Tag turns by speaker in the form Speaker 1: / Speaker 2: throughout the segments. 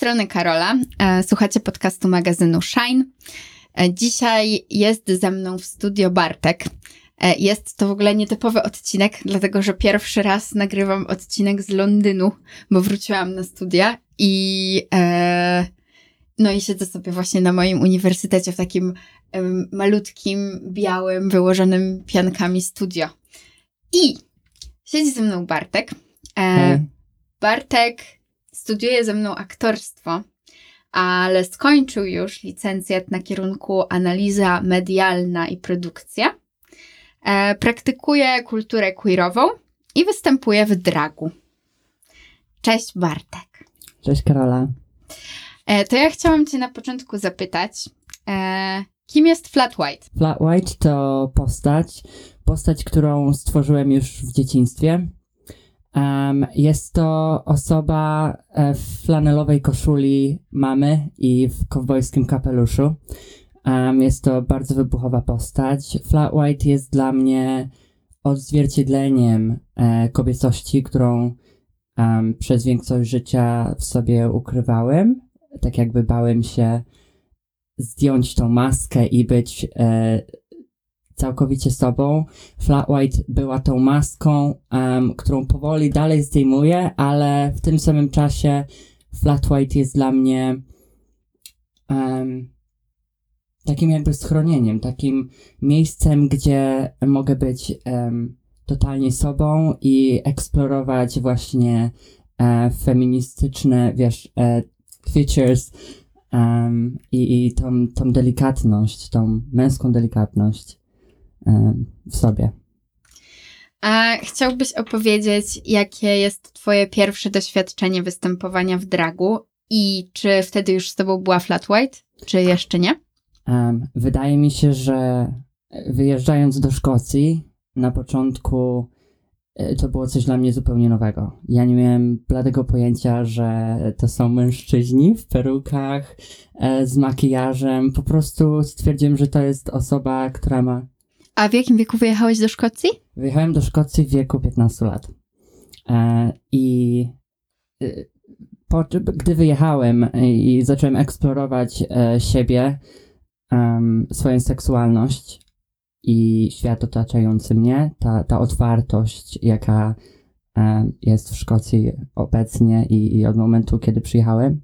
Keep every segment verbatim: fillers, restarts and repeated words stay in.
Speaker 1: strony Karola. Słuchacie podcastu magazynu Shine. Dzisiaj jest ze mną w studio Bartek. Jest to w ogóle nietypowy odcinek, dlatego że pierwszy raz nagrywam odcinek z Londynu, bo wróciłam na studia i e, no i siedzę sobie właśnie na moim uniwersytecie w takim e, malutkim, białym, wyłożonym piankami studio. I siedzi ze mną Bartek. E, Bartek studiuje ze mną aktorstwo, ale skończył już licencjat na kierunku analiza medialna i produkcja. E, praktykuje kulturę queerową i występuje w dragu. Cześć Bartek.
Speaker 2: Cześć Karola.
Speaker 1: E, to ja chciałam cię na początku zapytać, e, kim jest Flat White?
Speaker 2: Flat White to postać, postać, którą stworzyłem już w dzieciństwie. Um, jest to osoba w flanelowej koszuli mamy i w kowbojskim kapeluszu. Um, jest to bardzo wybuchowa postać. Flat White jest dla mnie odzwierciedleniem e, kobiecości, którą um, przez większość życia w sobie ukrywałem. Tak jakby bałem się zdjąć tą maskę i być e, całkowicie sobą. Flat White była tą maską, um, którą powoli dalej zdejmuję, ale w tym samym czasie Flat White jest dla mnie um, takim jakby schronieniem, takim miejscem, gdzie mogę być um, totalnie sobą i eksplorować właśnie e, feministyczne, wiesz, e, features um, i, i tą, tą delikatność, tą męską delikatność w sobie.
Speaker 1: A chciałbyś opowiedzieć, jakie jest twoje pierwsze doświadczenie występowania w dragu i czy wtedy już z tobą była Flat White, czy jeszcze nie?
Speaker 2: Um, wydaje mi się, że wyjeżdżając do Szkocji na początku to było coś dla mnie zupełnie nowego. Ja nie miałem bladego pojęcia, że to są mężczyźni w perukach, e, z makijażem. Po prostu stwierdziłem, że to jest osoba, która ma...
Speaker 1: A w jakim wieku wyjechałeś do Szkocji?
Speaker 2: Wyjechałem do Szkocji w wieku piętnastu lat. E, I e, po, gdy wyjechałem i zacząłem eksplorować e, siebie, um, swoją seksualność i świat otaczający mnie, ta, ta otwartość, jaka e, jest w Szkocji obecnie i, i od momentu, kiedy przyjechałem,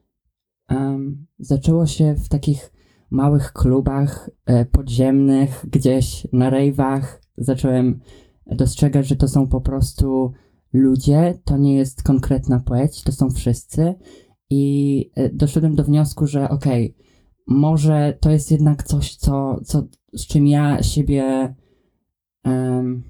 Speaker 2: um, zaczęło się w takich małych klubach e, podziemnych, gdzieś na rave'ach. Zacząłem dostrzegać, że to są po prostu ludzie, to nie jest konkretna płeć, to są wszyscy i e, doszedłem do wniosku, że okej, okay, może to jest jednak coś, co, co, z czym ja siebie um,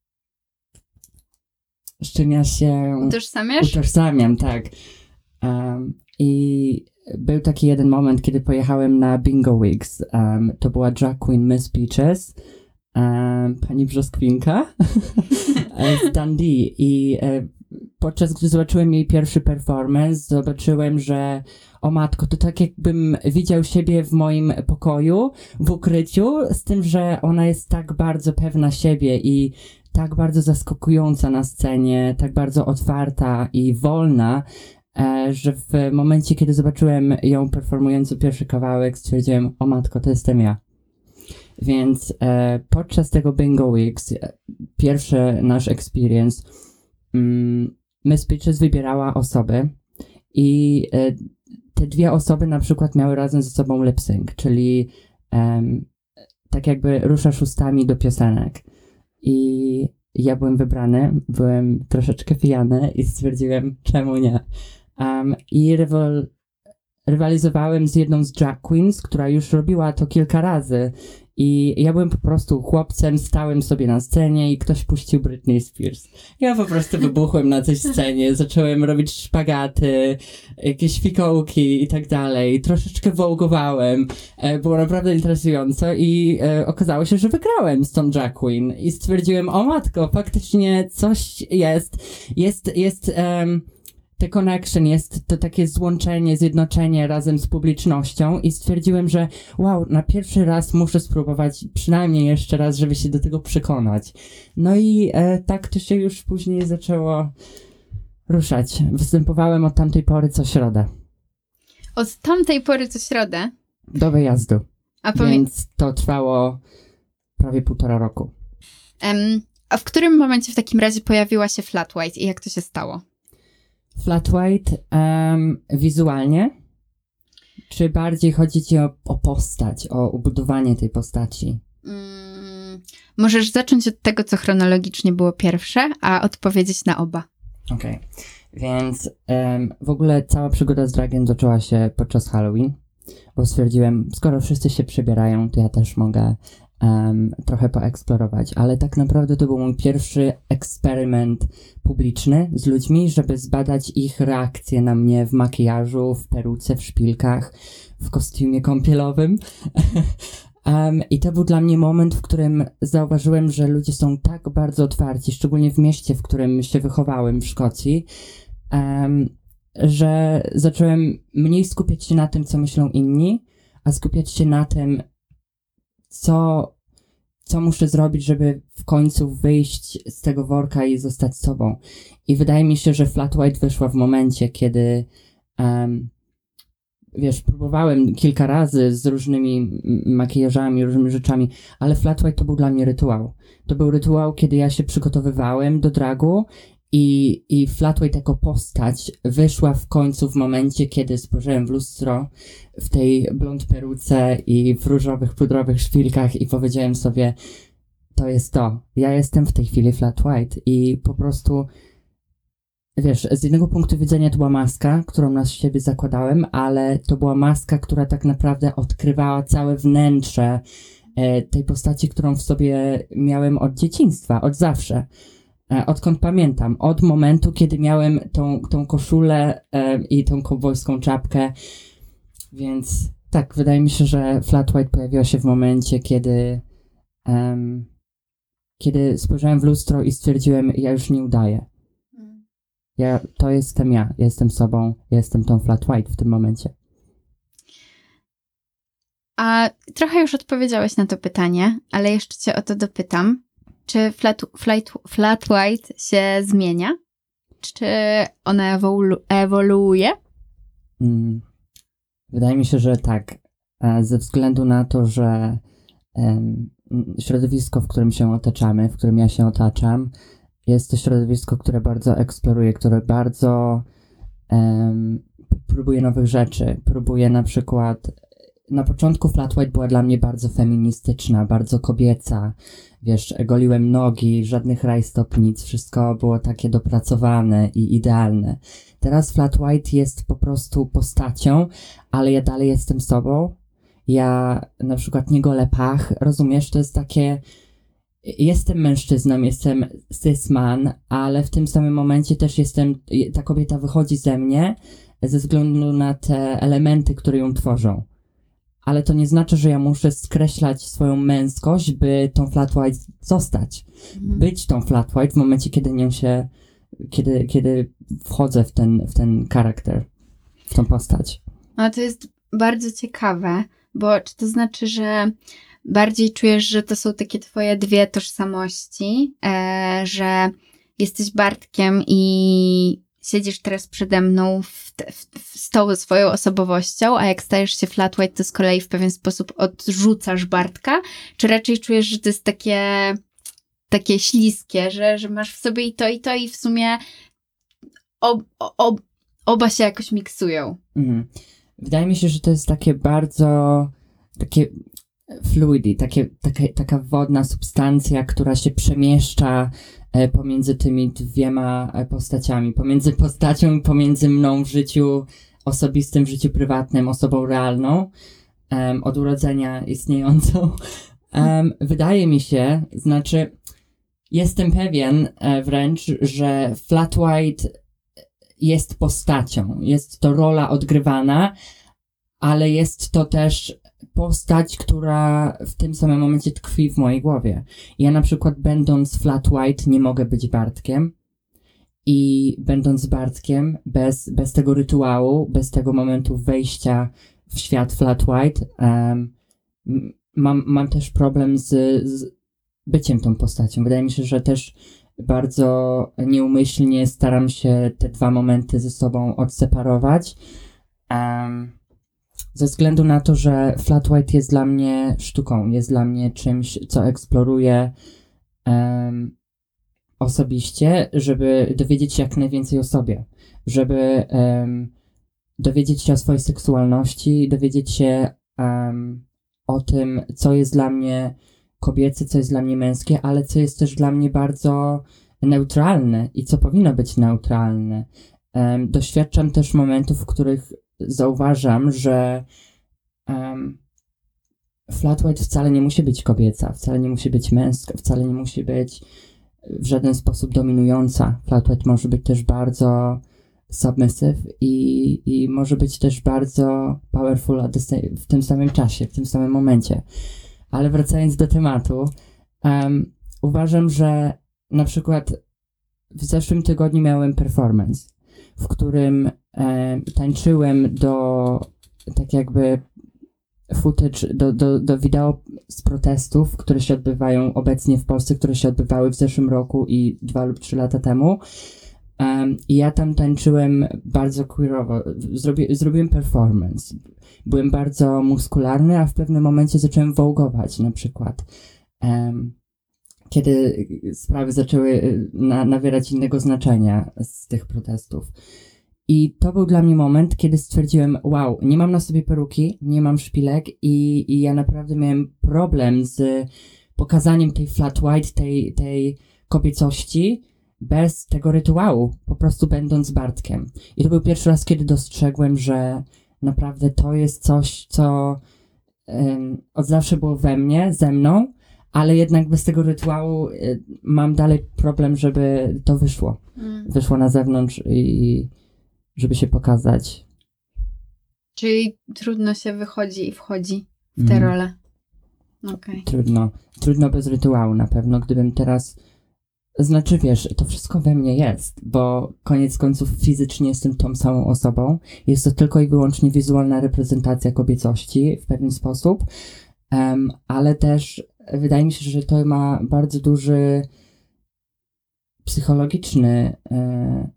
Speaker 2: z czym ja się
Speaker 1: utożsamiasz?
Speaker 2: Utożsamiam, tak. Um, I był taki jeden moment, kiedy pojechałem na Bingo Weeks. Um, to była drag queen Miss Peaches, um, pani Brzoskwinka z Dundee. I e, podczas gdy zobaczyłem jej pierwszy performance, zobaczyłem, że o matko, to tak jakbym widział siebie w moim pokoju, w ukryciu, z tym, że ona jest tak bardzo pewna siebie i tak bardzo zaskakująca na scenie, tak bardzo otwarta i wolna, e, że w momencie, kiedy zobaczyłem ją performującą pierwszy kawałek, stwierdziłem, o matko, to jestem ja. Więc e, podczas tego Bingo Weeks, e, pierwszy nasz experience, mm, Miss Peaches wybierała osoby i e, te dwie osoby na przykład miały razem ze sobą lip sync, czyli um, tak jakby ruszasz ustami do piosenek. I ja byłem wybrany, byłem troszeczkę pijany i stwierdziłem, czemu nie. Um, I rywal, rywalizowałem z jedną z drag queens, która już robiła to kilka razy. I ja byłem po prostu chłopcem, stałem sobie na scenie i ktoś puścił Britney Spears. Ja po prostu wybuchłem na tej scenie, zacząłem robić szpagaty, jakieś fikołki i tak dalej. Troszeczkę wołgowałem. E, było naprawdę interesująco i e, okazało się, że wygrałem z tą drag queen. I stwierdziłem, o matko, faktycznie coś jest. Jest, jest... Um, The Connection jest to takie złączenie, zjednoczenie razem z publicznością i stwierdziłem, że wow, na pierwszy raz muszę spróbować przynajmniej jeszcze raz, żeby się do tego przekonać. No i e, tak to się już później zaczęło ruszać. Występowałem od tamtej pory co środę.
Speaker 1: Od tamtej pory co środę.
Speaker 2: Do wyjazdu.
Speaker 1: A pamię-
Speaker 2: Więc to trwało prawie półtora roku.
Speaker 1: Um, a w którym momencie w takim razie pojawiła się Flat White i jak to się stało?
Speaker 2: Flat White um, wizualnie? Czy bardziej chodzi ci o, o postać, o ubudowanie tej postaci?
Speaker 1: Mm, możesz zacząć od tego, co chronologicznie było pierwsze, a odpowiedzieć na oba.
Speaker 2: Okej, okay. Więc um, w ogóle cała przygoda z dragiem zaczęła się podczas Halloween, bo stwierdziłem, skoro wszyscy się przebierają, to ja też mogę um, trochę poeksplorować, ale tak naprawdę to był mój pierwszy eksperyment publiczny z ludźmi, żeby zbadać ich reakcję na mnie w makijażu, w peruce, w szpilkach, w kostiumie kąpielowym. Um, I to był dla mnie moment, w którym zauważyłem, że ludzie są tak bardzo otwarci, szczególnie w mieście, w którym się wychowałem, w Szkocji, um, że zacząłem mniej skupiać się na tym, co myślą inni, a skupiać się na tym, co, co muszę zrobić, żeby w końcu wyjść z tego worka i zostać sobą. I wydaje mi się, że Flat White wyszła w momencie, kiedy um, wiesz, próbowałem kilka razy z różnymi makijażami, różnymi rzeczami, ale Flat White to był dla mnie rytuał. To był rytuał, kiedy ja się przygotowywałem do dragu i, i Flat White jako postać wyszła w końcu w momencie, kiedy spojrzałem w lustro w tej blond peruce i w różowych, pudrowych szpilkach i powiedziałem sobie, to jest to. Ja jestem w tej chwili Flat White i po prostu wiesz, z jednego punktu widzenia to była maska, którą na siebie zakładałem, ale to była maska, która tak naprawdę odkrywała całe wnętrze e, tej postaci, którą w sobie miałem od dzieciństwa, od zawsze. E, odkąd pamiętam, od momentu, kiedy miałem tą, tą koszulę e, i tą kowbojską czapkę. Więc tak, wydaje mi się, że Flat White pojawiła się w momencie, kiedy, um, kiedy spojrzałem w lustro i stwierdziłem, ja już nie udaję. Ja, to jestem ja, jestem sobą, jestem tą Flat White w tym momencie.
Speaker 1: A trochę już odpowiedziałeś na to pytanie, ale jeszcze cię o to dopytam. Czy Flat, flat, flat White się zmienia? Czy ona ewolu, ewoluuje?
Speaker 2: Hmm. Wydaje mi się, że tak. Ze względu na to, że um, środowisko, w którym się otaczamy, w którym ja się otaczam, jest to środowisko, które bardzo eksploruje, które bardzo um, próbuje nowych rzeczy. Próbuje na przykład... Na początku Flat White była dla mnie bardzo feministyczna, bardzo kobieca. Wiesz, goliłem nogi, żadnych rajstopnic, wszystko było takie dopracowane i idealne. Teraz Flat White jest po prostu postacią, ale ja dalej jestem sobą. Ja na przykład nie golę pach, rozumiesz? To jest takie... Jestem mężczyzną, jestem cis man, ale w tym samym momencie też jestem, ta kobieta wychodzi ze mnie ze względu na te elementy, które ją tworzą. Ale to nie znaczy, że ja muszę skreślać swoją męskość, by tą Flat White zostać. Mhm. Być tą Flat White w momencie, kiedy nią się, kiedy, kiedy wchodzę w ten, w ten charakter, w tą postać.
Speaker 1: A to jest bardzo ciekawe, bo czy to znaczy, że bardziej czujesz, że to są takie twoje dwie tożsamości, e, że jesteś Bartkiem i siedzisz teraz przede mną w, te, w, w stołu swoją osobowością, a jak stajesz się Flat White, to z kolei w pewien sposób odrzucasz Bartka? Czy raczej czujesz, że to jest takie, takie śliskie, że, że masz w sobie i to, i to i w sumie ob, ob, oba się jakoś miksują?
Speaker 2: Mhm. Wydaje mi się, że to jest takie bardzo takie fluidy, takie, takie, taka wodna substancja, która się przemieszcza e, pomiędzy tymi dwiema e, postaciami, pomiędzy postacią i pomiędzy mną w życiu osobistym, w życiu prywatnym, osobą realną, um, od urodzenia istniejącą. Um, wydaje mi się, znaczy jestem pewien e, wręcz, że Flat White jest postacią, jest to rola odgrywana, ale jest to też postać, która w tym samym momencie tkwi w mojej głowie. Ja na przykład będąc Flat White nie mogę być Bartkiem i będąc Bartkiem bez, bez tego rytuału, bez tego momentu wejścia w świat Flat White um, mam, mam też problem z, z byciem tą postacią. Wydaje mi się, że też bardzo nieumyślnie staram się te dwa momenty ze sobą odseparować. Um, Ze względu na to, że flat white jest dla mnie sztuką, jest dla mnie czymś, co eksploruję um, osobiście, żeby dowiedzieć się jak najwięcej o sobie, żeby um, dowiedzieć się o swojej seksualności, dowiedzieć się um, o tym, co jest dla mnie kobiece, co jest dla mnie męskie, ale co jest też dla mnie bardzo neutralne i co powinno być neutralne. Um, doświadczam też momentów, w których zauważam, że um, flat white wcale nie musi być kobieca, wcale nie musi być męska, wcale nie musi być w żaden sposób dominująca. Flat white może być też bardzo submissive i, i może być też bardzo powerful at the same, w tym samym czasie, w tym samym momencie. Ale wracając do tematu, um, uważam, że na przykład w zeszłym tygodniu miałem performance, w którym e, tańczyłem do tak jakby footage, do, do, do wideo z protestów, które się odbywają obecnie w Polsce, które się odbywały w zeszłym roku i dwa lub trzy lata temu. Um, I ja tam tańczyłem bardzo queerowo, Zrobi, zrobiłem performance. Byłem bardzo muskularny, a w pewnym momencie zacząłem wołgować na przykład. Um, kiedy sprawy zaczęły na, nabierać innego znaczenia z tych protestów. I to był dla mnie moment, kiedy stwierdziłem, wow, nie mam na sobie peruki, nie mam szpilek i, i ja naprawdę miałem problem z pokazaniem tej flat white, tej, tej kobiecości bez tego rytuału, po prostu będąc Bartkiem. I to był pierwszy raz, kiedy dostrzegłem, że naprawdę to jest coś, co um, od zawsze było we mnie, ze mną, ale jednak bez tego rytuału y, mam dalej problem, żeby to wyszło. Mm. Wyszło na zewnątrz i żeby się pokazać.
Speaker 1: Czyli trudno się wychodzi i wchodzi w tę mm. rolę. Okay.
Speaker 2: Trudno. Trudno bez rytuału na pewno. Gdybym teraz... Znaczy, wiesz, to wszystko we mnie jest, bo koniec końców fizycznie jestem tą samą osobą. Jest to tylko i wyłącznie wizualna reprezentacja kobiecości w pewien sposób, um, ale też wydaje mi się, że to ma bardzo duży psychologiczny e...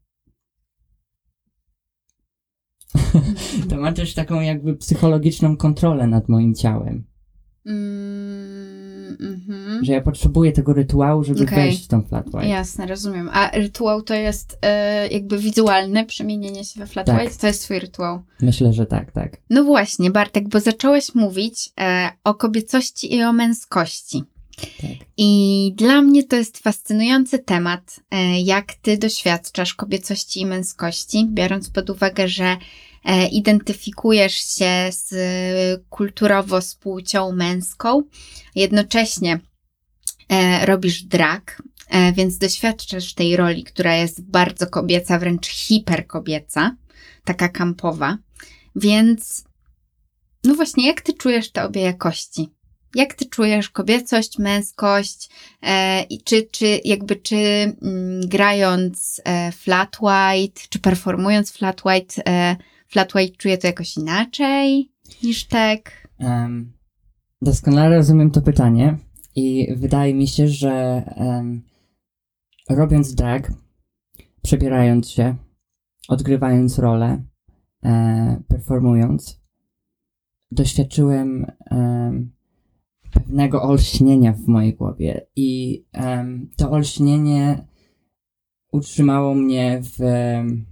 Speaker 2: to ma też taką jakby psychologiczną kontrolę nad moim ciałem. Mm, mm-hmm. Że ja potrzebuję tego rytuału, żeby okay. wejść w tą flat white.
Speaker 1: Jasne, rozumiem. A rytuał to jest e, jakby wizualne przemienienie się we flat tak. white? To jest twój rytuał?
Speaker 2: Myślę, że tak, tak.
Speaker 1: No właśnie, Bartek, bo zacząłeś mówić e, o kobiecości i o męskości. Tak. I dla mnie to jest fascynujący temat, e, jak ty doświadczasz kobiecości i męskości, biorąc pod uwagę, że e, identyfikujesz się z kulturowo z płcią męską, jednocześnie e, robisz drag, e, więc doświadczasz tej roli, która jest bardzo kobieca, wręcz hiperkobieca, taka kampowa, więc no właśnie, jak ty czujesz te obie jakości? Jak ty czujesz kobiecość, męskość e, i czy, czy jakby czy mm, grając e, flat white, czy performując flat white, e, flat white czuje to jakoś inaczej niż tak?
Speaker 2: Um, doskonale rozumiem to pytanie i wydaje mi się, że um, robiąc drag, przebierając się, odgrywając rolę, e, performując, doświadczyłem um, pewnego olśnienia w mojej głowie i um, to olśnienie utrzymało mnie w um,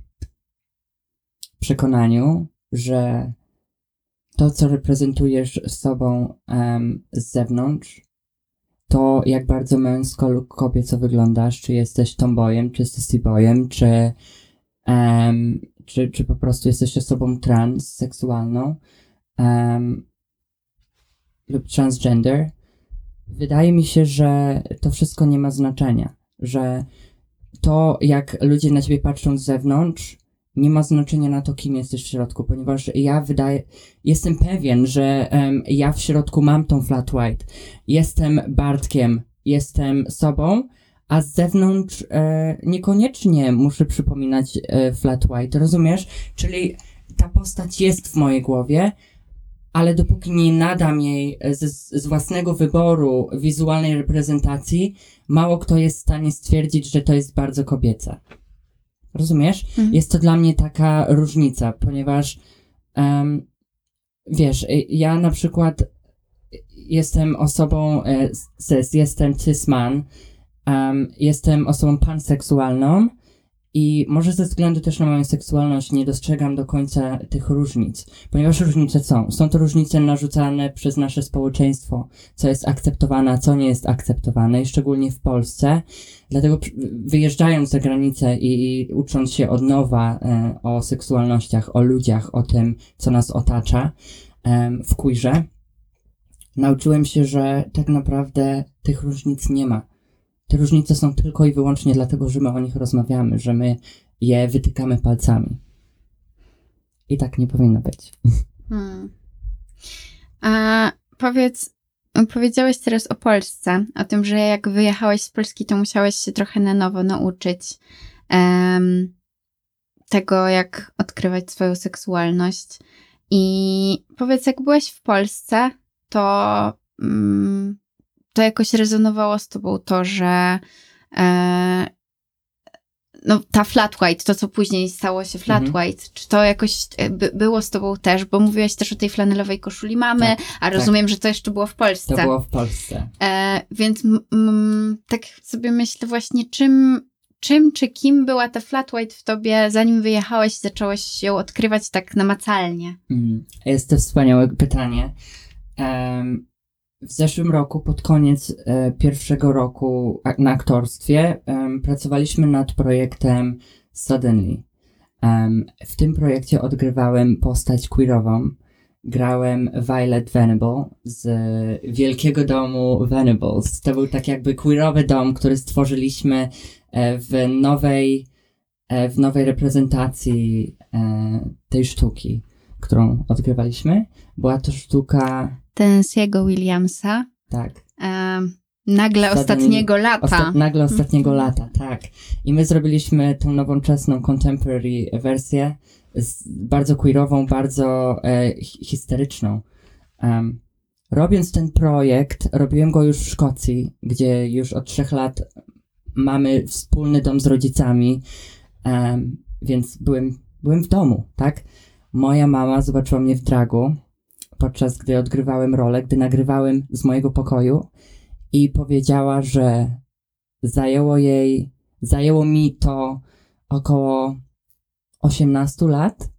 Speaker 2: przekonaniu, że to, co reprezentujesz sobą um, z zewnątrz, to jak bardzo męsko lub kobieco wyglądasz, czy jesteś tomboyem, czy sissyboyem, czy, um, czy, czy po prostu jesteś osobą transseksualną, um, lub transgender, wydaje mi się, że to wszystko nie ma znaczenia, że to, jak ludzie na ciebie patrzą z zewnątrz, nie ma znaczenia na to, kim jesteś w środku, ponieważ ja wydaje, jestem pewien, że um, ja w środku mam tą flat white, jestem Bartkiem, jestem sobą, a z zewnątrz e, niekoniecznie muszę przypominać e, flat white, rozumiesz? Czyli ta postać jest w mojej głowie, ale dopóki nie nadam jej z, z własnego wyboru wizualnej reprezentacji, mało kto jest w stanie stwierdzić, że to jest bardzo kobiece. Rozumiesz? Mhm. Jest to dla mnie taka różnica, ponieważ um, wiesz, ja na przykład jestem osobą e, cis, jestem cis-man, um, jestem osobą panseksualną i może ze względu też na moją seksualność nie dostrzegam do końca tych różnic, ponieważ różnice są. Są to różnice narzucane przez nasze społeczeństwo, co jest akceptowane, a co nie jest akceptowane i szczególnie w Polsce. Dlatego wyjeżdżając za granicę i, i ucząc się od nowa e, o seksualnościach, o ludziach, o tym, co nas otacza e, w queerze, nauczyłem się, że tak naprawdę tych różnic nie ma. Te różnice są tylko i wyłącznie dlatego, że my o nich rozmawiamy, że my je wytykamy palcami. I tak nie powinno być.
Speaker 1: Hmm. A powiedz, powiedziałeś teraz o Polsce, o tym, że jak wyjechałeś z Polski, to musiałeś się trochę na nowo nauczyć um, tego, jak odkrywać swoją seksualność. I powiedz, jak byłeś w Polsce, to... Um, to jakoś rezonowało z tobą to, że e, no ta flat white, to co później stało się flat
Speaker 2: mhm.
Speaker 1: white, czy to jakoś by, było z tobą też, bo mówiłaś też o tej flanelowej koszuli mamy, tak, a rozumiem, tak. że to jeszcze było w Polsce.
Speaker 2: To było w Polsce.
Speaker 1: E, więc m, m, tak sobie myślę właśnie, czym, czym czy kim była ta flat white w tobie, zanim wyjechałeś i zacząłeś ją odkrywać tak namacalnie?
Speaker 2: Mm, jest to wspaniałe pytanie. Um, W zeszłym roku, pod koniec e, pierwszego roku a, na aktorstwie, um, pracowaliśmy nad projektem Suddenly. Um, w tym projekcie odgrywałem postać queerową. Grałem Violet Venable z Wielkiego Domu Venables. To był tak jakby queerowy dom, który stworzyliśmy e, w nowej, e, w nowej reprezentacji e, tej sztuki, którą odgrywaliśmy. Była to sztuka...
Speaker 1: Tennessee'ego Williamsa.
Speaker 2: Tak.
Speaker 1: Um, nagle
Speaker 2: Ostatni,
Speaker 1: ostatniego lata.
Speaker 2: Osta- nagle ostatniego lata, tak. I my zrobiliśmy tą nowoczesną, contemporary wersję, z, bardzo queerową, bardzo e, histeryczną. Um, robiąc ten projekt, robiłem go już w Szkocji, gdzie już od trzech lat mamy wspólny dom z rodzicami, um, więc byłem, byłem w domu, tak? Moja mama zobaczyła mnie w dragu, podczas gdy odgrywałem rolę, gdy nagrywałem z mojego pokoju i powiedziała, że zajęło jej, zajęło mi to około osiemnaście lat,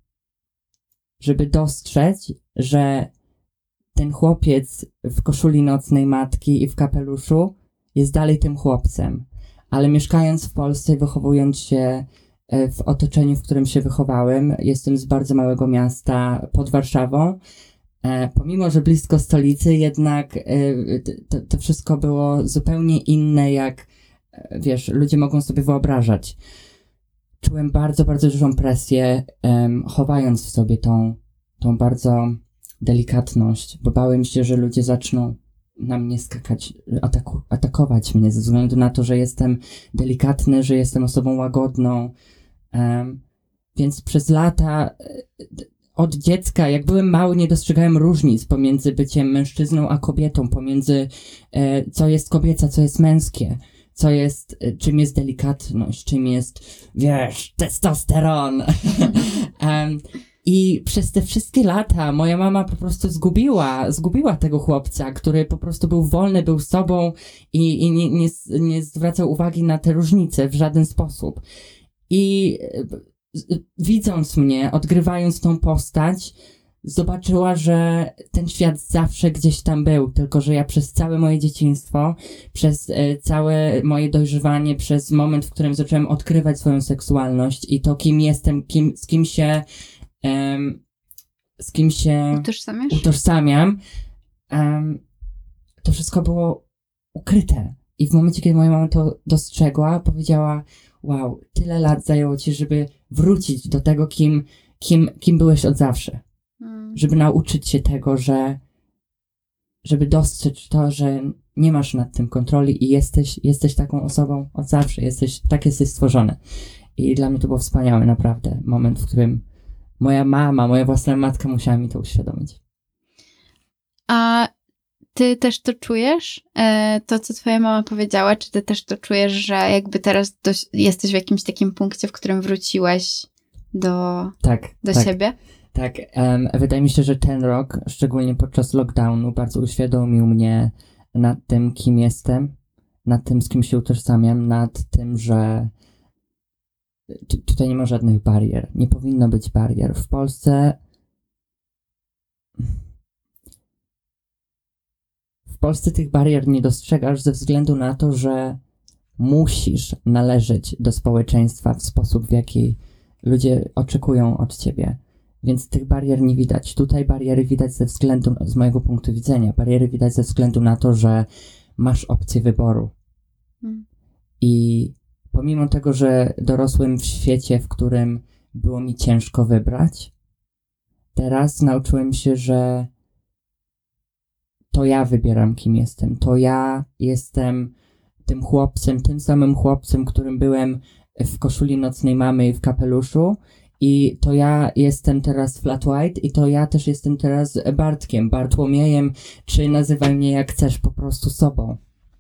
Speaker 2: żeby dostrzec, że ten chłopiec w koszuli nocnej matki i w kapeluszu jest dalej tym chłopcem. Ale mieszkając w Polsce, wychowując się w otoczeniu, w którym się wychowałem, jestem z bardzo małego miasta pod Warszawą, E, pomimo, że blisko stolicy, jednak e, to, to wszystko było zupełnie inne, jak, e, wiesz, ludzie mogą sobie wyobrażać. Czułem bardzo, bardzo dużą presję, em, chowając w sobie tą, tą bardzo delikatność, bo bałem się, że ludzie zaczną na mnie skakać, ataku, atakować mnie ze względu na to, że jestem delikatny, że jestem osobą łagodną. Um, więc przez lata... Od dziecka, jak byłem mały, nie dostrzegałem różnic pomiędzy byciem mężczyzną a kobietą, pomiędzy e, co jest kobiece, co jest męskie, co jest, e, czym jest delikatność, czym jest, wiesz, testosteron. um, I przez te wszystkie lata moja mama po prostu zgubiła, zgubiła tego chłopca, który po prostu był wolny, był sobą i, i nie, nie, nie zwracał uwagi na te różnice w żaden sposób. I widząc mnie, odgrywając tą postać, zobaczyła, że ten świat zawsze gdzieś tam był, tylko że ja przez całe moje dzieciństwo, przez e, całe moje dojrzewanie, przez moment, w którym zacząłem odkrywać swoją seksualność i to, kim jestem, kim, z kim się em, z kim się
Speaker 1: Utożsamiasz?
Speaker 2: utożsamiam, em, to wszystko było ukryte. I w momencie, kiedy moja mama to dostrzegła, powiedziała: wow, tyle lat zajęło ci, żeby wrócić do tego, kim, kim, kim byłeś od zawsze. Hmm. Żeby nauczyć się tego, że żeby dostrzec to, że nie masz nad tym kontroli i jesteś, jesteś taką osobą od zawsze. Jesteś, tak jesteś stworzony. I dla mnie to był wspaniały naprawdę moment, w którym moja mama, moja własna matka musiała mi to uświadomić.
Speaker 1: A ty też to czujesz? E, to, co twoja mama powiedziała, czy ty też to czujesz, że jakby teraz do, jesteś w jakimś takim punkcie, w którym wróciłeś do,
Speaker 2: tak,
Speaker 1: do
Speaker 2: tak.
Speaker 1: siebie?
Speaker 2: Tak, um, wydaje mi się, że ten rok, szczególnie podczas lockdownu, bardzo uświadomił mnie nad tym, kim jestem, nad tym, z kim się utożsamiam, nad tym, że t- tutaj nie ma żadnych barier. Nie powinno być barier. W Polsce w Polsce tych barier nie dostrzegasz ze względu na to, że musisz należeć do społeczeństwa w sposób, w jaki ludzie oczekują od ciebie. Więc tych barier nie widać. Tutaj bariery widać ze względu, z mojego punktu widzenia, bariery widać ze względu na to, że masz opcję wyboru. Hmm. I pomimo tego, że dorosłem w świecie, w którym było mi ciężko wybrać, teraz nauczyłem się, że to ja wybieram, kim jestem. To ja jestem tym chłopcem, tym samym chłopcem, którym byłem w koszuli nocnej mamy i w kapeluszu. I to ja jestem teraz Flat White i to ja też jestem teraz Bartkiem, Bartłomiejem, czy nazywaj mnie jak chcesz, po prostu sobą.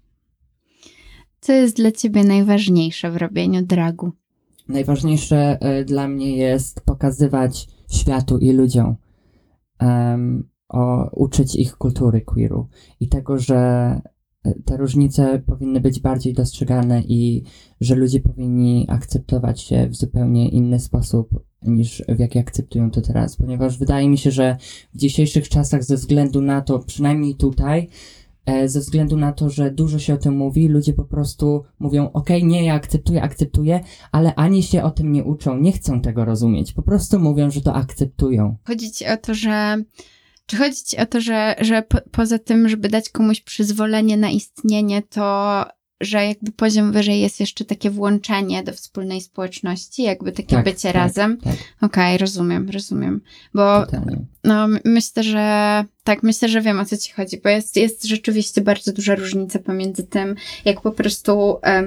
Speaker 1: Co jest dla ciebie najważniejsze w robieniu dragu?
Speaker 2: Najważniejsze y, dla mnie jest pokazywać światu i ludziom, um, o, uczyć ich kultury queeru i tego, że te różnice powinny być bardziej dostrzegane i że ludzie powinni akceptować się w zupełnie inny sposób niż w jaki akceptują to teraz, ponieważ wydaje mi się, że w dzisiejszych czasach ze względu na to, przynajmniej tutaj, e, ze względu na to, że dużo się o tym mówi, ludzie po prostu mówią, okej, nie, ja akceptuję, akceptuję, ale ani się o tym nie uczą, nie chcą tego rozumieć, po prostu mówią, że to akceptują.
Speaker 1: Chodzi ci o to, że Czy chodzi ci o to, że, że po, poza tym, żeby dać komuś przyzwolenie na istnienie, to że jakby poziom wyżej jest jeszcze takie włączenie do wspólnej społeczności, jakby takie
Speaker 2: tak,
Speaker 1: bycie
Speaker 2: tak,
Speaker 1: razem?
Speaker 2: Tak.
Speaker 1: Okej, okay, rozumiem, rozumiem. Bo
Speaker 2: Totalnie.
Speaker 1: no myślę, że tak, myślę, że wiem, o co ci chodzi, bo jest, jest rzeczywiście bardzo duża różnica pomiędzy tym, jak po prostu um,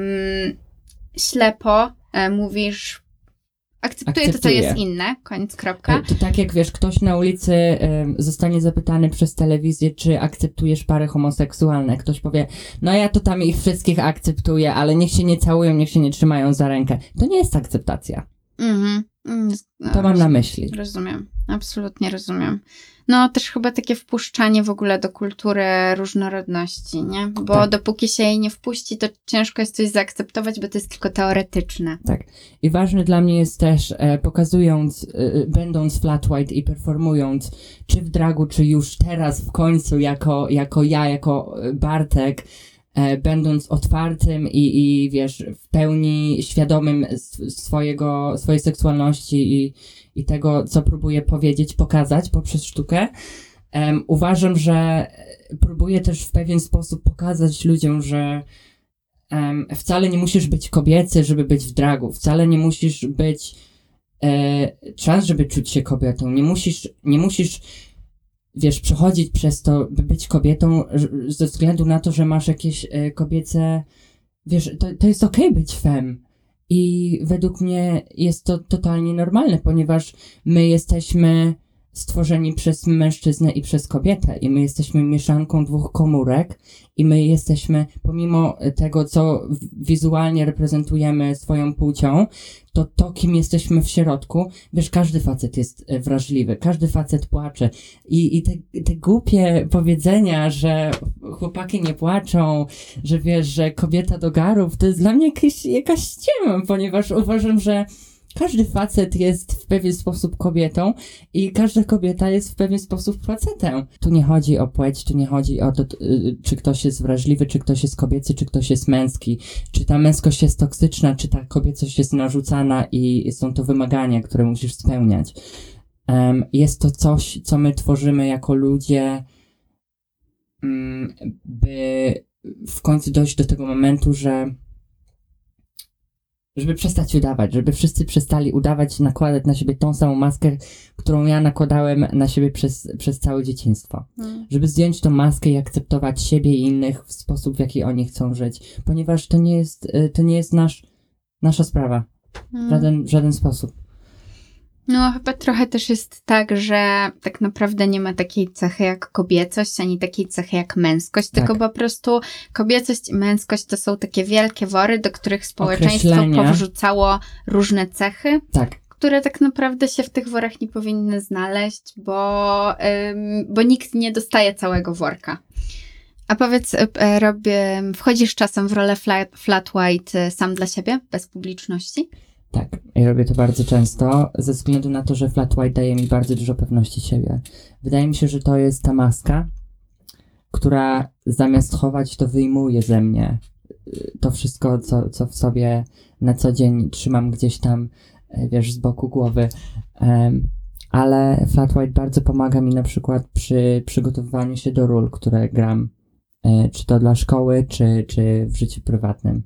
Speaker 1: ślepo um, mówisz Akceptuję to, co jest inne, koniec, kropka.
Speaker 2: To tak jak wiesz, ktoś na ulicy y, zostanie zapytany przez telewizję, czy akceptujesz pary homoseksualne. Ktoś powie, no ja to tam ich wszystkich akceptuję, ale niech się nie całują, niech się nie trzymają za rękę. To nie jest akceptacja. Mhm. No, to mam na myśli.
Speaker 1: Rozumiem, absolutnie rozumiem. No też chyba takie wpuszczanie w ogóle do kultury różnorodności, nie? Bo tak. Dopóki się jej nie wpuści, to ciężko jest coś zaakceptować, bo to jest tylko teoretyczne.
Speaker 2: Tak. I ważne dla mnie jest też, e, pokazując, e, będąc Flat White i performując, czy w dragu, czy już teraz w końcu jako, jako ja, jako Bartek, E, będąc otwartym i, i wiesz, w pełni świadomym swojego, swojej seksualności i, i tego, co próbuję powiedzieć, pokazać poprzez sztukę, um, uważam, że próbuję też w pewien sposób pokazać ludziom, że um, wcale nie musisz być kobiecy, żeby być w dragu, wcale nie musisz być e, trans, żeby czuć się kobietą, nie musisz, nie musisz wiesz, przechodzić przez to, by być kobietą ze względu na to, że masz jakieś e, kobiece, wiesz, to, to jest okej być fem. I według mnie jest to totalnie normalne, ponieważ my jesteśmy stworzeni przez mężczyznę i przez kobietę i my jesteśmy mieszanką dwóch komórek i my jesteśmy, pomimo tego, co wizualnie reprezentujemy swoją płcią, to to, kim jesteśmy w środku, wiesz, każdy facet jest wrażliwy, każdy facet płacze i, i te, te głupie powiedzenia, że chłopaki nie płaczą, że wiesz, że kobieta do garów, to jest dla mnie jakaś, jakaś ściema, ponieważ uważam, że każdy facet jest w pewien sposób kobietą i każda kobieta jest w pewien sposób facetem. Tu nie chodzi o płeć, tu nie chodzi o to, czy ktoś jest wrażliwy, czy ktoś jest kobiecy, czy ktoś jest męski, czy ta męskość jest toksyczna, czy ta kobiecość jest narzucana i są to wymagania, które musisz spełniać. Um, jest to coś, co my tworzymy jako ludzie, um, by w końcu dojść do tego momentu, że żeby przestać udawać, żeby wszyscy przestali udawać, nakładać na siebie tą samą maskę, którą ja nakładałem na siebie przez, przez całe dzieciństwo. Hmm. Żeby zdjąć tą maskę i akceptować siebie i innych w sposób, w jaki oni chcą żyć. Ponieważ to nie jest, to nie jest nasz, nasza sprawa. Hmm. W żaden, w żaden sposób.
Speaker 1: No, chyba trochę też jest tak, że tak naprawdę nie ma takiej cechy jak kobiecość, ani takiej cechy jak męskość, tak. Tylko po prostu kobiecość i męskość to są takie wielkie wory, do których społeczeństwo powrzucało różne cechy,
Speaker 2: tak.
Speaker 1: które tak naprawdę się w tych worach nie powinny znaleźć, bo, ym, bo nikt nie dostaje całego worka. A powiedz, y, robię, wchodzisz czasem w rolę flat, flat white sam dla siebie, bez publiczności?
Speaker 2: Tak, ja robię to bardzo często, ze względu na to, że flat white daje mi bardzo dużo pewności siebie. Wydaje mi się, że to jest ta maska, która zamiast chować, to wyjmuje ze mnie to wszystko, co, co w sobie na co dzień trzymam gdzieś tam, wiesz, z boku głowy. Um, ale flat white bardzo pomaga mi na przykład przy przygotowywaniu się do ról, które gram, e, czy to dla szkoły, czy, czy w życiu prywatnym.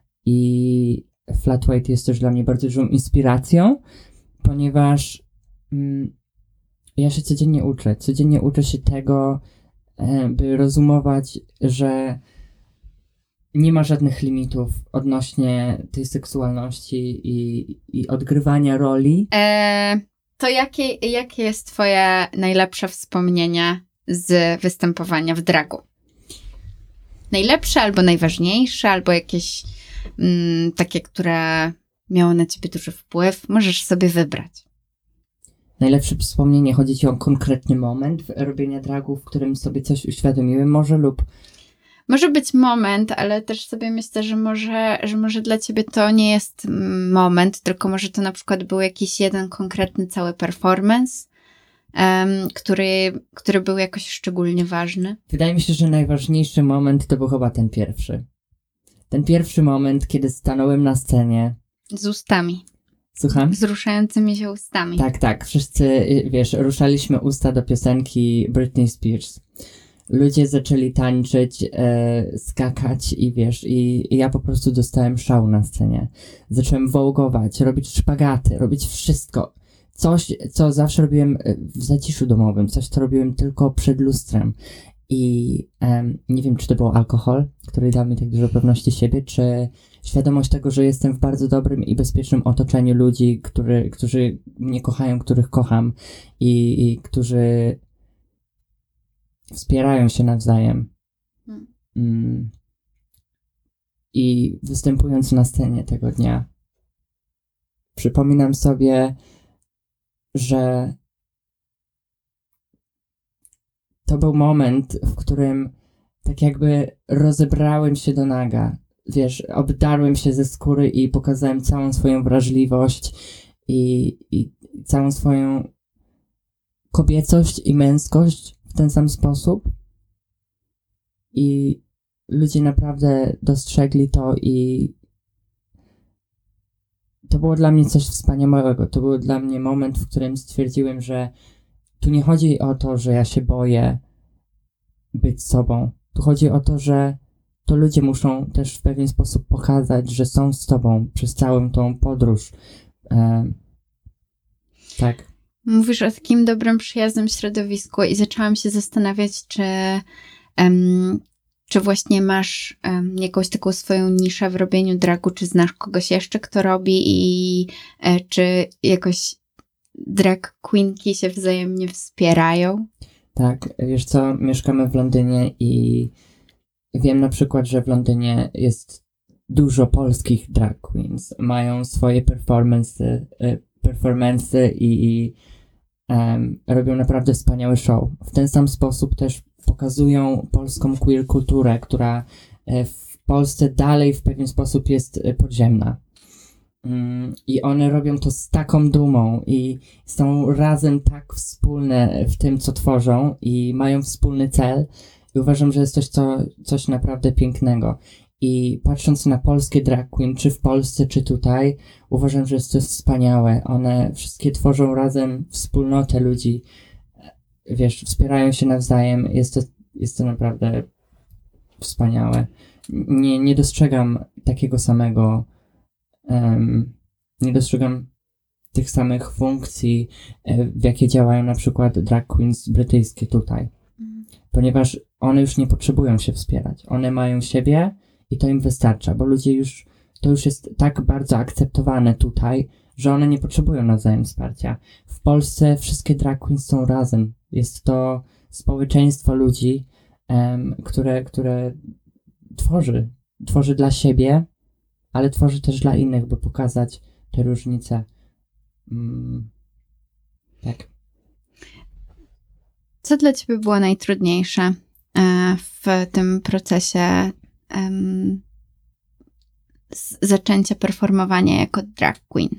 Speaker 2: I flat white jest też dla mnie bardzo dużą inspiracją, ponieważ mm, ja się codziennie uczę. Codziennie uczę się tego, e, by rozumować, że nie ma żadnych limitów odnośnie tej seksualności i, i odgrywania roli.
Speaker 1: E, to jakie, jakie jest twoje najlepsze wspomnienie z występowania w dragu? Najlepsze albo najważniejsze, albo jakieś mm, takie, które miało na ciebie duży wpływ? Możesz sobie wybrać.
Speaker 2: Najlepsze wspomnienie, chodzi ci o konkretny moment robienia dragu, w którym sobie coś uświadomiłem może lub...
Speaker 1: Może być moment, ale też sobie myślę, że może, że może dla ciebie to nie jest moment, tylko może to na przykład był jakiś jeden konkretny cały performance, um, który, który był jakoś szczególnie ważny.
Speaker 2: Wydaje mi się, że najważniejszy moment to był chyba ten pierwszy. Ten pierwszy moment, kiedy stanąłem na scenie.
Speaker 1: Z ustami.
Speaker 2: Słucham?
Speaker 1: Z ruszającymi się ustami.
Speaker 2: Tak, tak. Wszyscy, wiesz, ruszaliśmy usta do piosenki Britney Spears. Ludzie zaczęli tańczyć, e, skakać i wiesz, i, i ja po prostu dostałem szału na scenie. Zacząłem wołgować, robić szpagaty, robić wszystko. Coś, co zawsze robiłem w zaciszu domowym, coś, co robiłem tylko przed lustrem. I em, nie wiem, czy to był alkohol, który dał mi tak dużo pewności siebie, czy świadomość tego, że jestem w bardzo dobrym i bezpiecznym otoczeniu ludzi, który, którzy mnie kochają, których kocham i, i którzy wspierają się nawzajem. Hmm. Mm. I występując na scenie tego dnia, przypominam sobie, że to był moment, w którym tak jakby rozebrałem się do naga. Wiesz, obdarłem się ze skóry i pokazałem całą swoją wrażliwość i, i całą swoją kobiecość i męskość w ten sam sposób. I ludzie naprawdę dostrzegli to i to było dla mnie coś wspaniałego. To był dla mnie moment, w którym stwierdziłem, że tu nie chodzi o to, że ja się boję być sobą. Tu chodzi o to, że to ludzie muszą też w pewien sposób pokazać, że są z tobą przez całą tą podróż. E, tak.
Speaker 1: Mówisz o takim dobrym, przyjaznym środowisku i zaczęłam się zastanawiać, czy, um, czy właśnie masz um, jakąś taką swoją niszę w robieniu dragu, czy znasz kogoś jeszcze, kto robi i e, czy jakoś drag queenki się wzajemnie wspierają?
Speaker 2: Tak, wiesz co, mieszkamy w Londynie i wiem na przykład, że w Londynie jest dużo polskich drag queens. Mają swoje performance, performance i, i um, robią naprawdę wspaniały show. W ten sam sposób też pokazują polską queer kulturę, która w Polsce dalej w pewien sposób jest podziemna. I one robią to z taką dumą i są razem tak wspólne w tym, co tworzą i mają wspólny cel i uważam, że jest coś, co, coś naprawdę pięknego. I patrząc na polskie drag queen, czy w Polsce, czy tutaj, uważam, że jest to wspaniałe. One wszystkie tworzą razem wspólnotę ludzi, wiesz, wspierają się nawzajem. Jest to, jest to naprawdę wspaniałe. Nie, nie dostrzegam takiego samego Um, nie dostrzegam tych samych funkcji, w jakie działają na przykład drag queens brytyjskie tutaj. Mm. Ponieważ one już nie potrzebują się wspierać. One mają siebie i to im wystarcza, bo ludzie już, to już jest tak bardzo akceptowane tutaj, że one nie potrzebują nawzajem wsparcia. W Polsce wszystkie drag queens są razem. Jest to społeczeństwo ludzi, um, które, które tworzy, tworzy dla siebie, ale tworzy też dla innych, by pokazać te różnice. Mm, tak.
Speaker 1: Co dla ciebie było najtrudniejsze w tym procesie um, zaczęcia performowania jako drag queen?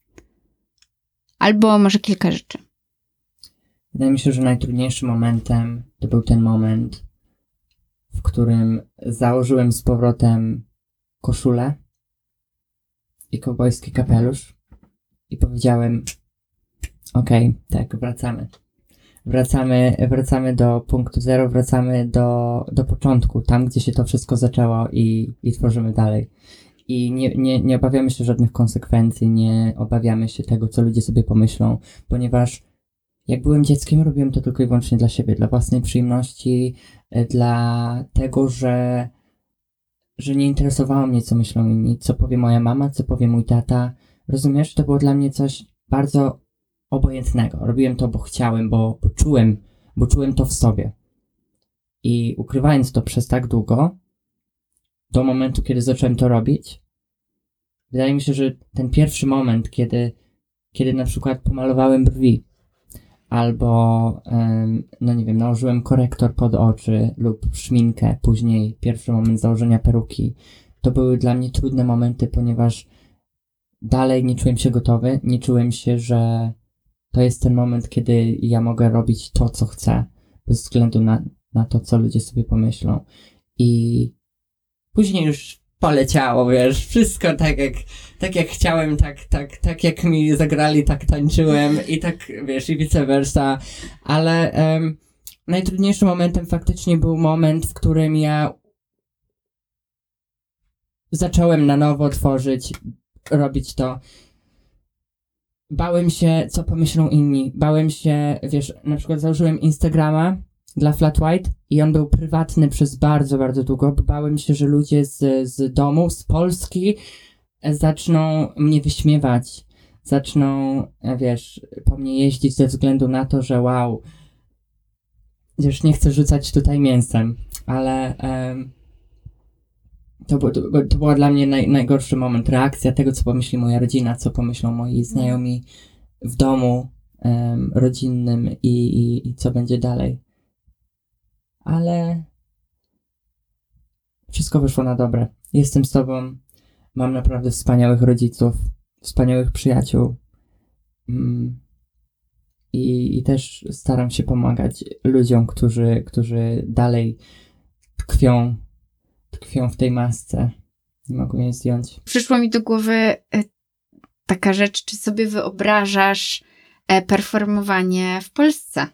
Speaker 1: Albo może kilka rzeczy.
Speaker 2: Wydaje mi się, że najtrudniejszym momentem to był ten moment, w którym założyłem z powrotem koszulę i kowbojski kapelusz i powiedziałem: okej, okay, tak, wracamy. Wracamy, wracamy do punktu zero, wracamy do, do początku, tam gdzie się to wszystko zaczęło i, i tworzymy dalej. I nie, nie, nie obawiamy się żadnych konsekwencji, nie obawiamy się tego, co ludzie sobie pomyślą, ponieważ jak byłem dzieckiem, robiłem to tylko i wyłącznie dla siebie, dla własnej przyjemności, dla tego, że, że nie interesowało mnie, co myślą inni, co powie moja mama, co powie mój tata. Rozumiesz? To było dla mnie coś bardzo obojętnego. Robiłem to, bo chciałem, bo, bo czułem, bo czułem to w sobie. I ukrywając to przez tak długo, do momentu, kiedy zacząłem to robić, wydaje mi się, że ten pierwszy moment, kiedy, kiedy na przykład pomalowałem brwi, albo, um, no nie wiem, nałożyłem korektor pod oczy lub szminkę, później pierwszy moment założenia peruki, to były dla mnie trudne momenty, ponieważ dalej nie czułem się gotowy, nie czułem się, że to jest ten moment, kiedy ja mogę robić to, co chcę, bez względu na, na to, co ludzie sobie pomyślą. I później już poleciało, wiesz, wszystko tak jak, tak jak chciałem, tak, tak, tak jak mi zagrali, tak tańczyłem i tak, wiesz, i vice versa, ale um, najtrudniejszym momentem faktycznie był moment, w którym ja zacząłem na nowo tworzyć, robić to. Bałem się, co pomyślą inni, bałem się, wiesz, na przykład założyłem Instagrama dla Flat White i on był prywatny przez bardzo, bardzo długo, bo bałem się, że ludzie z, z domu, z Polski zaczną mnie wyśmiewać, zaczną, wiesz, po mnie jeździć ze względu na to, że wow, wiesz, nie chcę rzucać tutaj mięsem, ale um, to, to, to był dla mnie naj, najgorszy moment, reakcja tego, co pomyśli moja rodzina, co pomyślą moi znajomi w domu um, rodzinnym i, i, i co będzie dalej. Ale wszystko wyszło na dobre. Jestem z tobą, mam naprawdę wspaniałych rodziców, wspaniałych przyjaciół mm. I, i też staram się pomagać ludziom, którzy, którzy dalej tkwią, tkwią w tej masce. Nie mogą jej zdjąć.
Speaker 1: Przyszła mi do głowy taka rzecz, czy sobie wyobrażasz performowanie w Polsce?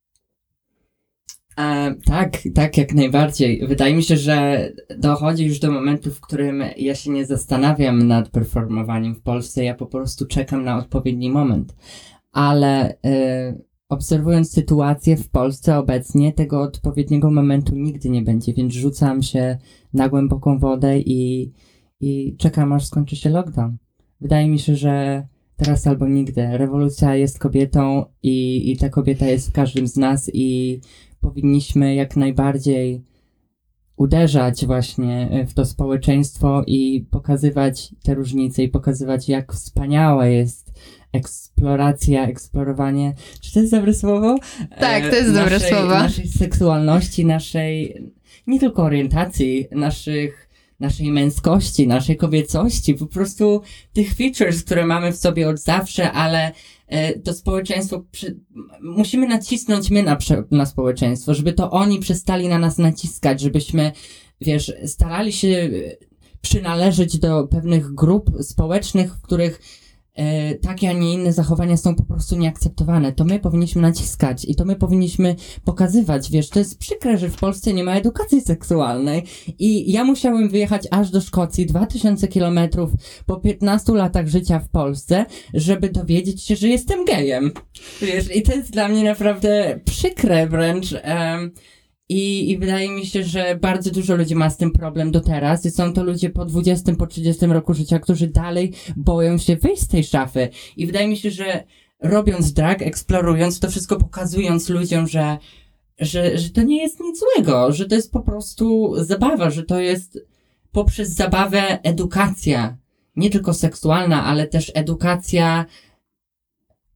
Speaker 2: E, tak, tak, jak najbardziej. Wydaje mi się, że dochodzi już do momentu, w którym ja się nie zastanawiam nad performowaniem w Polsce, ja po prostu czekam na odpowiedni moment. Ale e, obserwując sytuację w Polsce obecnie, tego odpowiedniego momentu nigdy nie będzie, więc rzucam się na głęboką wodę i, i czekam, aż skończy się lockdown. Wydaje mi się, że teraz albo nigdy. Rewolucja jest kobietą i, i ta kobieta jest w każdym z nas i powinniśmy jak najbardziej uderzać właśnie w to społeczeństwo i pokazywać te różnice i pokazywać, jak wspaniałe jest eksploracja, eksplorowanie. Czy to jest dobre słowo?
Speaker 1: Tak, to jest
Speaker 2: e,
Speaker 1: dobre
Speaker 2: naszej,
Speaker 1: słowo.
Speaker 2: Naszej seksualności, naszej nie tylko orientacji, naszych, naszej męskości, naszej kobiecości, po prostu tych features, które mamy w sobie od zawsze, ale to społeczeństwo, przy... musimy nacisnąć my na, prze... na społeczeństwo, żeby to oni przestali na nas naciskać, żebyśmy, wiesz, starali się przynależeć do pewnych grup społecznych, w których e, takie, a nie inne zachowania są po prostu nieakceptowane. To my powinniśmy naciskać i to my powinniśmy pokazywać, wiesz, to jest przykre, że w Polsce nie ma edukacji seksualnej i ja musiałem wyjechać aż do Szkocji, dwa tysiące kilometrów po piętnastu latach życia w Polsce, żeby dowiedzieć się, że jestem gejem. Wiesz, i to jest dla mnie naprawdę przykre wręcz. Um, I, I wydaje mi się, że bardzo dużo ludzi ma z tym problem do teraz i są to ludzie po dwudziestym, po trzydziestym roku życia, którzy dalej boją się wyjść z tej szafy. I wydaje mi się, że robiąc drag, eksplorując to wszystko, pokazując ludziom, że, że, że to nie jest nic złego, że to jest po prostu zabawa, że to jest poprzez zabawę edukacja, nie tylko seksualna, ale też edukacja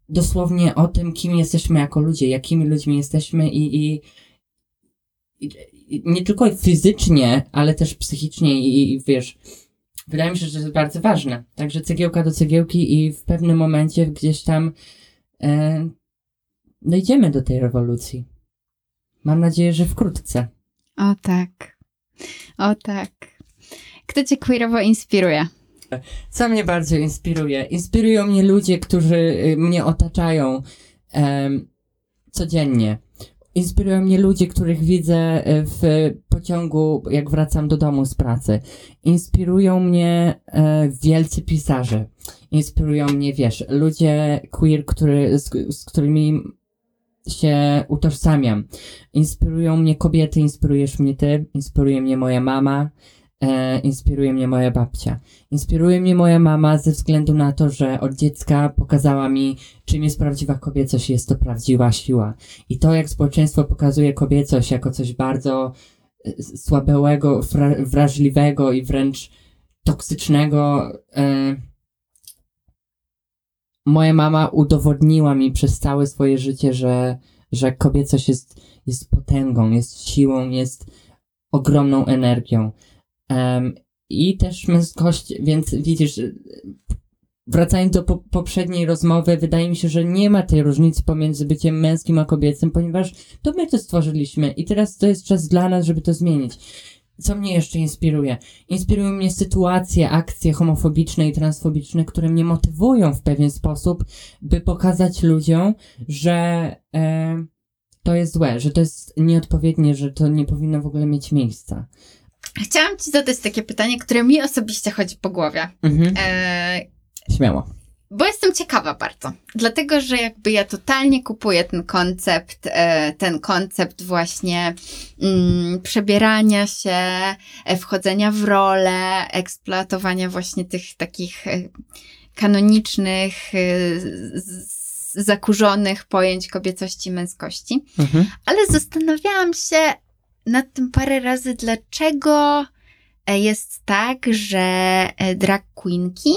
Speaker 2: dosłownie o tym, kim jesteśmy jako ludzie, jakimi ludźmi jesteśmy i, i, i, i nie tylko fizycznie, ale też psychicznie i, i wiesz, wydaje mi się, że to jest bardzo ważne. Także cegiełka do cegiełki i w pewnym momencie gdzieś tam e, dojdziemy do tej rewolucji. Mam nadzieję, że wkrótce.
Speaker 1: O tak. O tak. Kto cię queerowo inspiruje?
Speaker 2: Co mnie bardzo inspiruje? Inspirują mnie ludzie, którzy y, mnie otaczają em, codziennie. Inspirują mnie ludzie, których widzę y, w pociągu, jak wracam do domu z pracy. Inspirują mnie e, wielcy pisarze. Inspirują mnie, wiesz, ludzie queer, który, z, z którymi się utożsamiam. Inspirują mnie kobiety, inspirujesz mnie ty, inspiruje mnie moja mama, e, inspiruje mnie moja babcia. Inspiruje mnie moja mama ze względu na to, że od dziecka pokazała mi, czym jest prawdziwa kobiecość, jest to prawdziwa siła. I to, jak społeczeństwo pokazuje kobiecość jako coś bardzo e, słabego, fra- wrażliwego i wręcz toksycznego, e, moja mama udowodniła mi przez całe swoje życie, że, że kobiecość jest, jest potęgą, jest siłą, jest ogromną energią. Um, I też męskość, więc widzisz, wracając do po- poprzedniej rozmowy, wydaje mi się, że nie ma tej różnicy pomiędzy byciem męskim a kobiecym, ponieważ to my to stworzyliśmy i teraz to jest czas dla nas, żeby to zmienić. Co mnie jeszcze inspiruje? Inspirują mnie sytuacje, akcje homofobiczne i transfobiczne, które mnie motywują w pewien sposób, by pokazać ludziom, że e, to jest złe, że to jest nieodpowiednie, że to nie powinno w ogóle mieć miejsca.
Speaker 1: Chciałam ci zadać takie pytanie, które mi osobiście chodzi po głowie.
Speaker 2: Mhm.
Speaker 1: E,
Speaker 2: Śmiało.
Speaker 1: Bo jestem ciekawa bardzo. Dlatego, że jakby ja totalnie kupuję ten koncept, e, ten koncept właśnie mm, przebierania się, e, wchodzenia w rolę, eksploatowania właśnie tych takich e, kanonicznych, e, z, zakurzonych pojęć kobiecości i męskości.
Speaker 2: Mhm.
Speaker 1: Ale zastanawiałam się nad tym parę razy, dlaczego jest tak, że drag queenki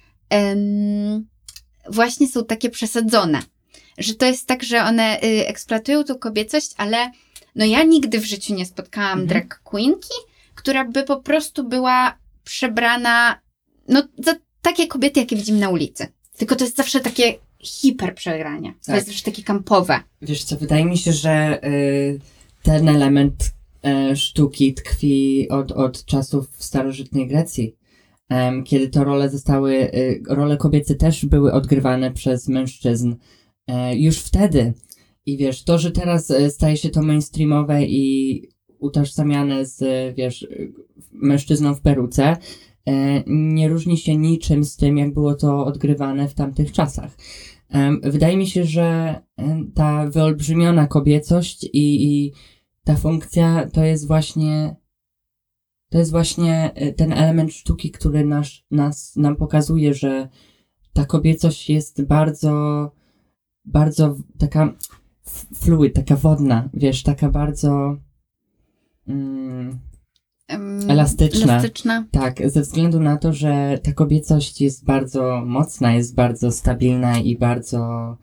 Speaker 1: um, właśnie są takie przesadzone. Że to jest tak, że one y, eksploatują tą kobiecość, ale no ja nigdy w życiu nie spotkałam mhm. drag queenki, która by po prostu była przebrana no za takie kobiety, jakie widzimy na ulicy. Tylko to jest zawsze takie hiper przegranie. To
Speaker 2: tak.
Speaker 1: jest zawsze takie kampowe.
Speaker 2: Wiesz co, wydaje mi się, że y, ten element y, sztuki tkwi od, od czasów starożytnej Grecji. Um, kiedy to role zostały, y, role kobiece też były odgrywane przez mężczyzn y, już wtedy. I wiesz, to, że teraz y, staje się to mainstreamowe i utożsamiane z, y, wiesz, y, mężczyzną w peruce, y, nie różni się niczym z tym, jak było to odgrywane w tamtych czasach. Um, wydaje mi się, że um, ta wyolbrzymiona kobiecość i, i ta funkcja to jest właśnie to jest właśnie ten element sztuki, który nas, nas, nam pokazuje, że ta kobiecość jest bardzo bardzo taka fluid, taka wodna, wiesz, taka bardzo mm,
Speaker 1: um,
Speaker 2: elastyczna.
Speaker 1: elastyczna.
Speaker 2: Tak, ze względu na to, że ta kobiecość jest bardzo mocna, jest bardzo stabilna i bardzo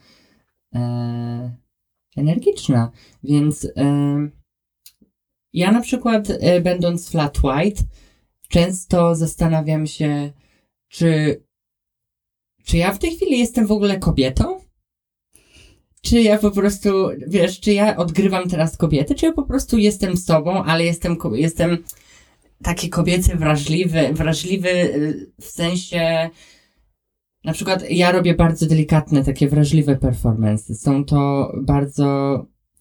Speaker 2: e, energiczna. Więc e, ja na przykład, e, będąc flat white, często zastanawiam się, czy, czy ja w tej chwili jestem w ogóle kobietą? Czy ja po prostu, wiesz, czy ja odgrywam teraz kobietę, czy ja po prostu jestem sobą, ale jestem, jestem taki kobiecy, wrażliwy, wrażliwy w sensie, na przykład ja robię bardzo delikatne, takie wrażliwe performance. Są to bardzo...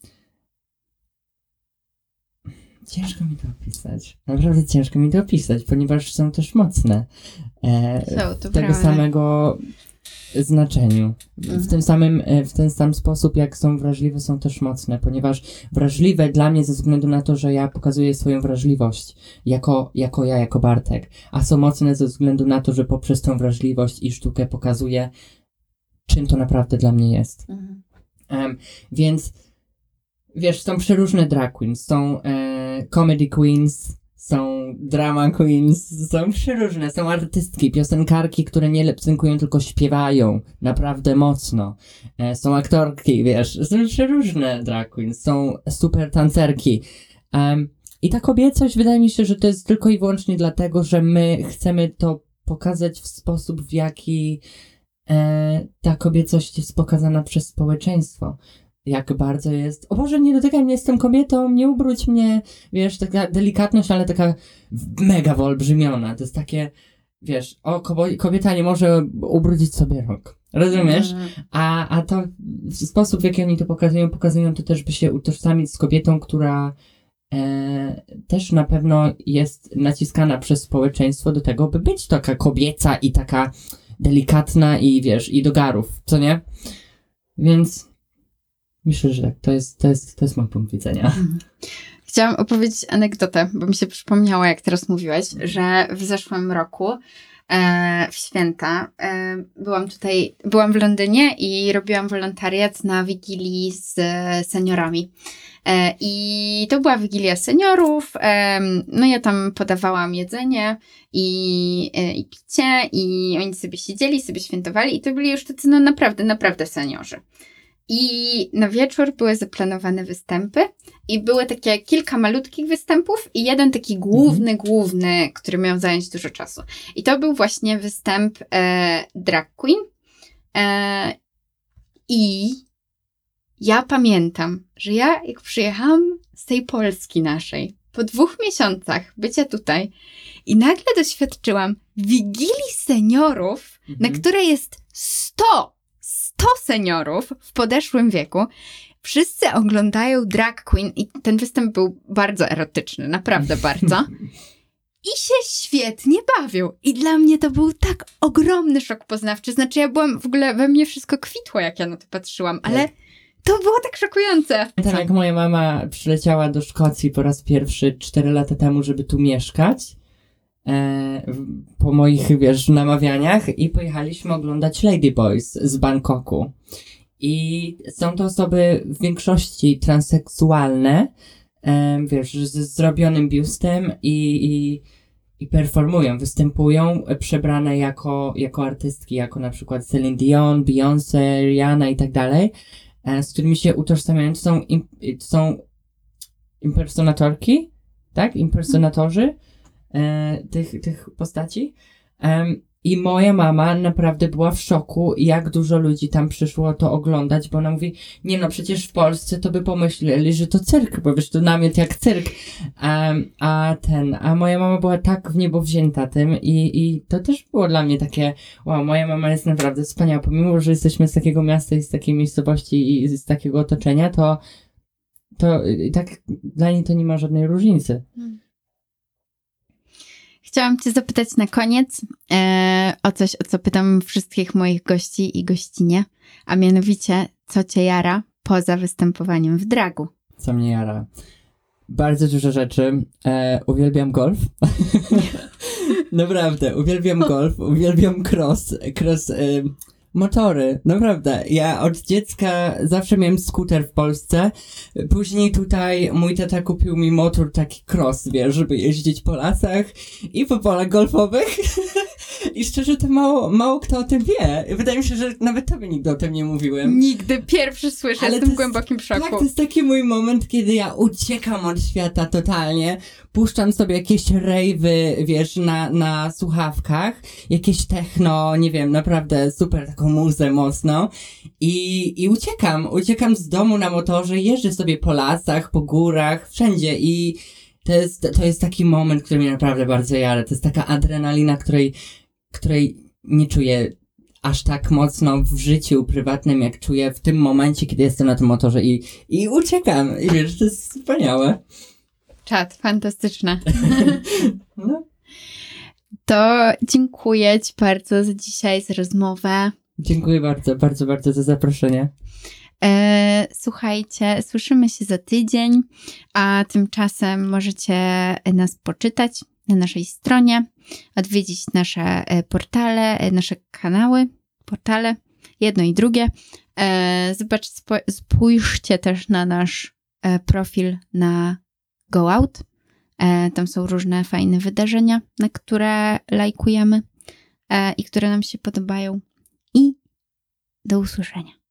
Speaker 2: Ciężko mi to opisać. Naprawdę ciężko mi to opisać, ponieważ są też mocne. E,
Speaker 1: są, to
Speaker 2: w tego
Speaker 1: prawda.
Speaker 2: samego znaczeniu.
Speaker 1: Mhm.
Speaker 2: W tym samym, w ten sam sposób, jak są wrażliwe, są też mocne, ponieważ wrażliwe dla mnie ze względu na to, że ja pokazuję swoją wrażliwość jako, jako ja, jako Bartek, a są mocne ze względu na to, że poprzez tą wrażliwość i sztukę pokazuję, czym to naprawdę dla mnie jest.
Speaker 1: Mhm.
Speaker 2: Um, więc wiesz, są przeróżne drag queens, są e, comedy queens, są drama queens, są przeróżne, są artystki, piosenkarki, które nie lip-synkują, tylko śpiewają naprawdę mocno. E, są aktorki, wiesz, są przeróżne drag queens, są super tancerki. Um, I ta kobiecość, wydaje mi się, że to jest tylko i wyłącznie dlatego, że my chcemy to pokazać w sposób, w jaki e, ta kobiecość jest pokazana przez społeczeństwo. Jak bardzo jest, o Boże, nie dotykaj mnie, jestem kobietą, nie ubróć mnie, wiesz, taka delikatność, ale taka mega wyolbrzymiona. To jest takie, wiesz, o, kobieta nie może ubrudzić sobie rąk. Rozumiesz? A, a to sposób, w jaki oni to pokazują, pokazują to też, by się utożsamić z kobietą, która e, też na pewno jest naciskana przez społeczeństwo do tego, by być taka kobieca i taka delikatna i wiesz, i do garów, co nie? Więc myślę, że tak, to jest, to jest, to jest mój punkt widzenia.
Speaker 1: Chciałam opowiedzieć anegdotę, bo mi się przypomniało, jak teraz mówiłeś, że w zeszłym roku e, w święta e, byłam tutaj, byłam w Londynie i robiłam wolontariat na Wigilii z seniorami. E, I to była Wigilia seniorów, e, no ja tam podawałam jedzenie i, e, i picie i oni sobie siedzieli, sobie świętowali i to byli już tacy no naprawdę, naprawdę seniorzy. I na wieczór były zaplanowane występy i były takie kilka malutkich występów i jeden taki główny, mhm. główny, który miał zająć dużo czasu. I to był właśnie występ e, drag queen. E, I ja pamiętam, że ja jak przyjechałam z tej Polski naszej, po dwóch miesiącach bycia tutaj i nagle doświadczyłam Wigilii Seniorów, mhm. na której jest sto sto seniorów w podeszłym wieku. Wszyscy oglądają drag queen i ten występ był bardzo erotyczny, naprawdę bardzo. I się świetnie bawią. I dla mnie to był tak ogromny szok poznawczy. Znaczy ja byłam, w ogóle we mnie wszystko kwitło, jak ja na to patrzyłam, ale to było tak szokujące.
Speaker 2: Pamiętam, jak moja mama przyleciała do Szkocji po raz pierwszy cztery lata temu, żeby tu mieszkać. E, po moich, wiesz, namawianiach i pojechaliśmy oglądać Lady Boys z Bangkoku. I są to osoby w większości transseksualne, e, wiesz, z zrobionym biustem i, i, i performują, występują przebrane jako, jako artystki, jako na przykład Celine Dion, Beyoncé, Rihanna i tak dalej, e, z którymi się utożsamiają. To są, im, to są impersonatorki, tak? Impersonatorzy E, tych, tych postaci. Um, I moja mama naprawdę była w szoku, jak dużo ludzi tam przyszło to oglądać, bo ona mówi, nie no, przecież w Polsce to by pomyśleli, że to cyrk, bo wiesz, to namiot jak cyrk. Um, a ten, a moja mama była tak w niebo wzięta tym i, i to też było dla mnie takie, wow, moja mama jest naprawdę wspaniała, pomimo, że jesteśmy z takiego miasta i z takiej miejscowości i z takiego otoczenia, to to i tak dla niej to nie ma żadnej różnicy. Hmm.
Speaker 1: Chciałam cię zapytać na koniec e, o coś, o co pytam wszystkich moich gości i gościnie, a mianowicie, co cię jara poza występowaniem w dragu?
Speaker 2: Co mnie jara? Bardzo dużo rzeczy. E, uwielbiam golf. Naprawdę, uwielbiam golf, uwielbiam cross, cross e, motory, naprawdę. Ja od dziecka zawsze miałem skuter w Polsce. Później tutaj mój tata kupił mi motor taki cross, wiesz, żeby jeździć po lasach i po polach golfowych. I szczerze to mało, mało kto o tym wie. Wydaje mi się, że nawet tobie nigdy o tym nie mówiłem.
Speaker 1: Nigdy, pierwszy słyszę, jestem w głębokim szoku.
Speaker 2: Tak, to jest taki mój moment, kiedy ja uciekam od świata totalnie. Puszczam sobie jakieś rejwy, wiesz, na, na słuchawkach. Jakieś techno, nie wiem, naprawdę super taką muzę mocną. I, i uciekam. Uciekam z domu na motorze, jeżdżę sobie po lasach, po górach, wszędzie i to jest, to jest taki moment, który mnie naprawdę bardzo jara. To jest taka adrenalina, której, której nie czuję aż tak mocno w życiu prywatnym, jak czuję w tym momencie, kiedy jestem na tym motorze i, i uciekam. I wiesz, to jest wspaniałe.
Speaker 1: Czad, fantastyczne.
Speaker 2: No.
Speaker 1: To dziękuję ci bardzo za dzisiaj, za rozmowę.
Speaker 2: Dziękuję bardzo, bardzo, bardzo za zaproszenie.
Speaker 1: E, słuchajcie, słyszymy się za tydzień, a tymczasem możecie nas poczytać na naszej stronie, odwiedzić nasze portale, nasze kanały, portale, jedno i drugie. E, zobacz, spo, spójrzcie też na nasz e, profil na Go Out, E, tam są różne fajne wydarzenia, na które lajkujemy e, i które nam się podobają. I do usłyszenia.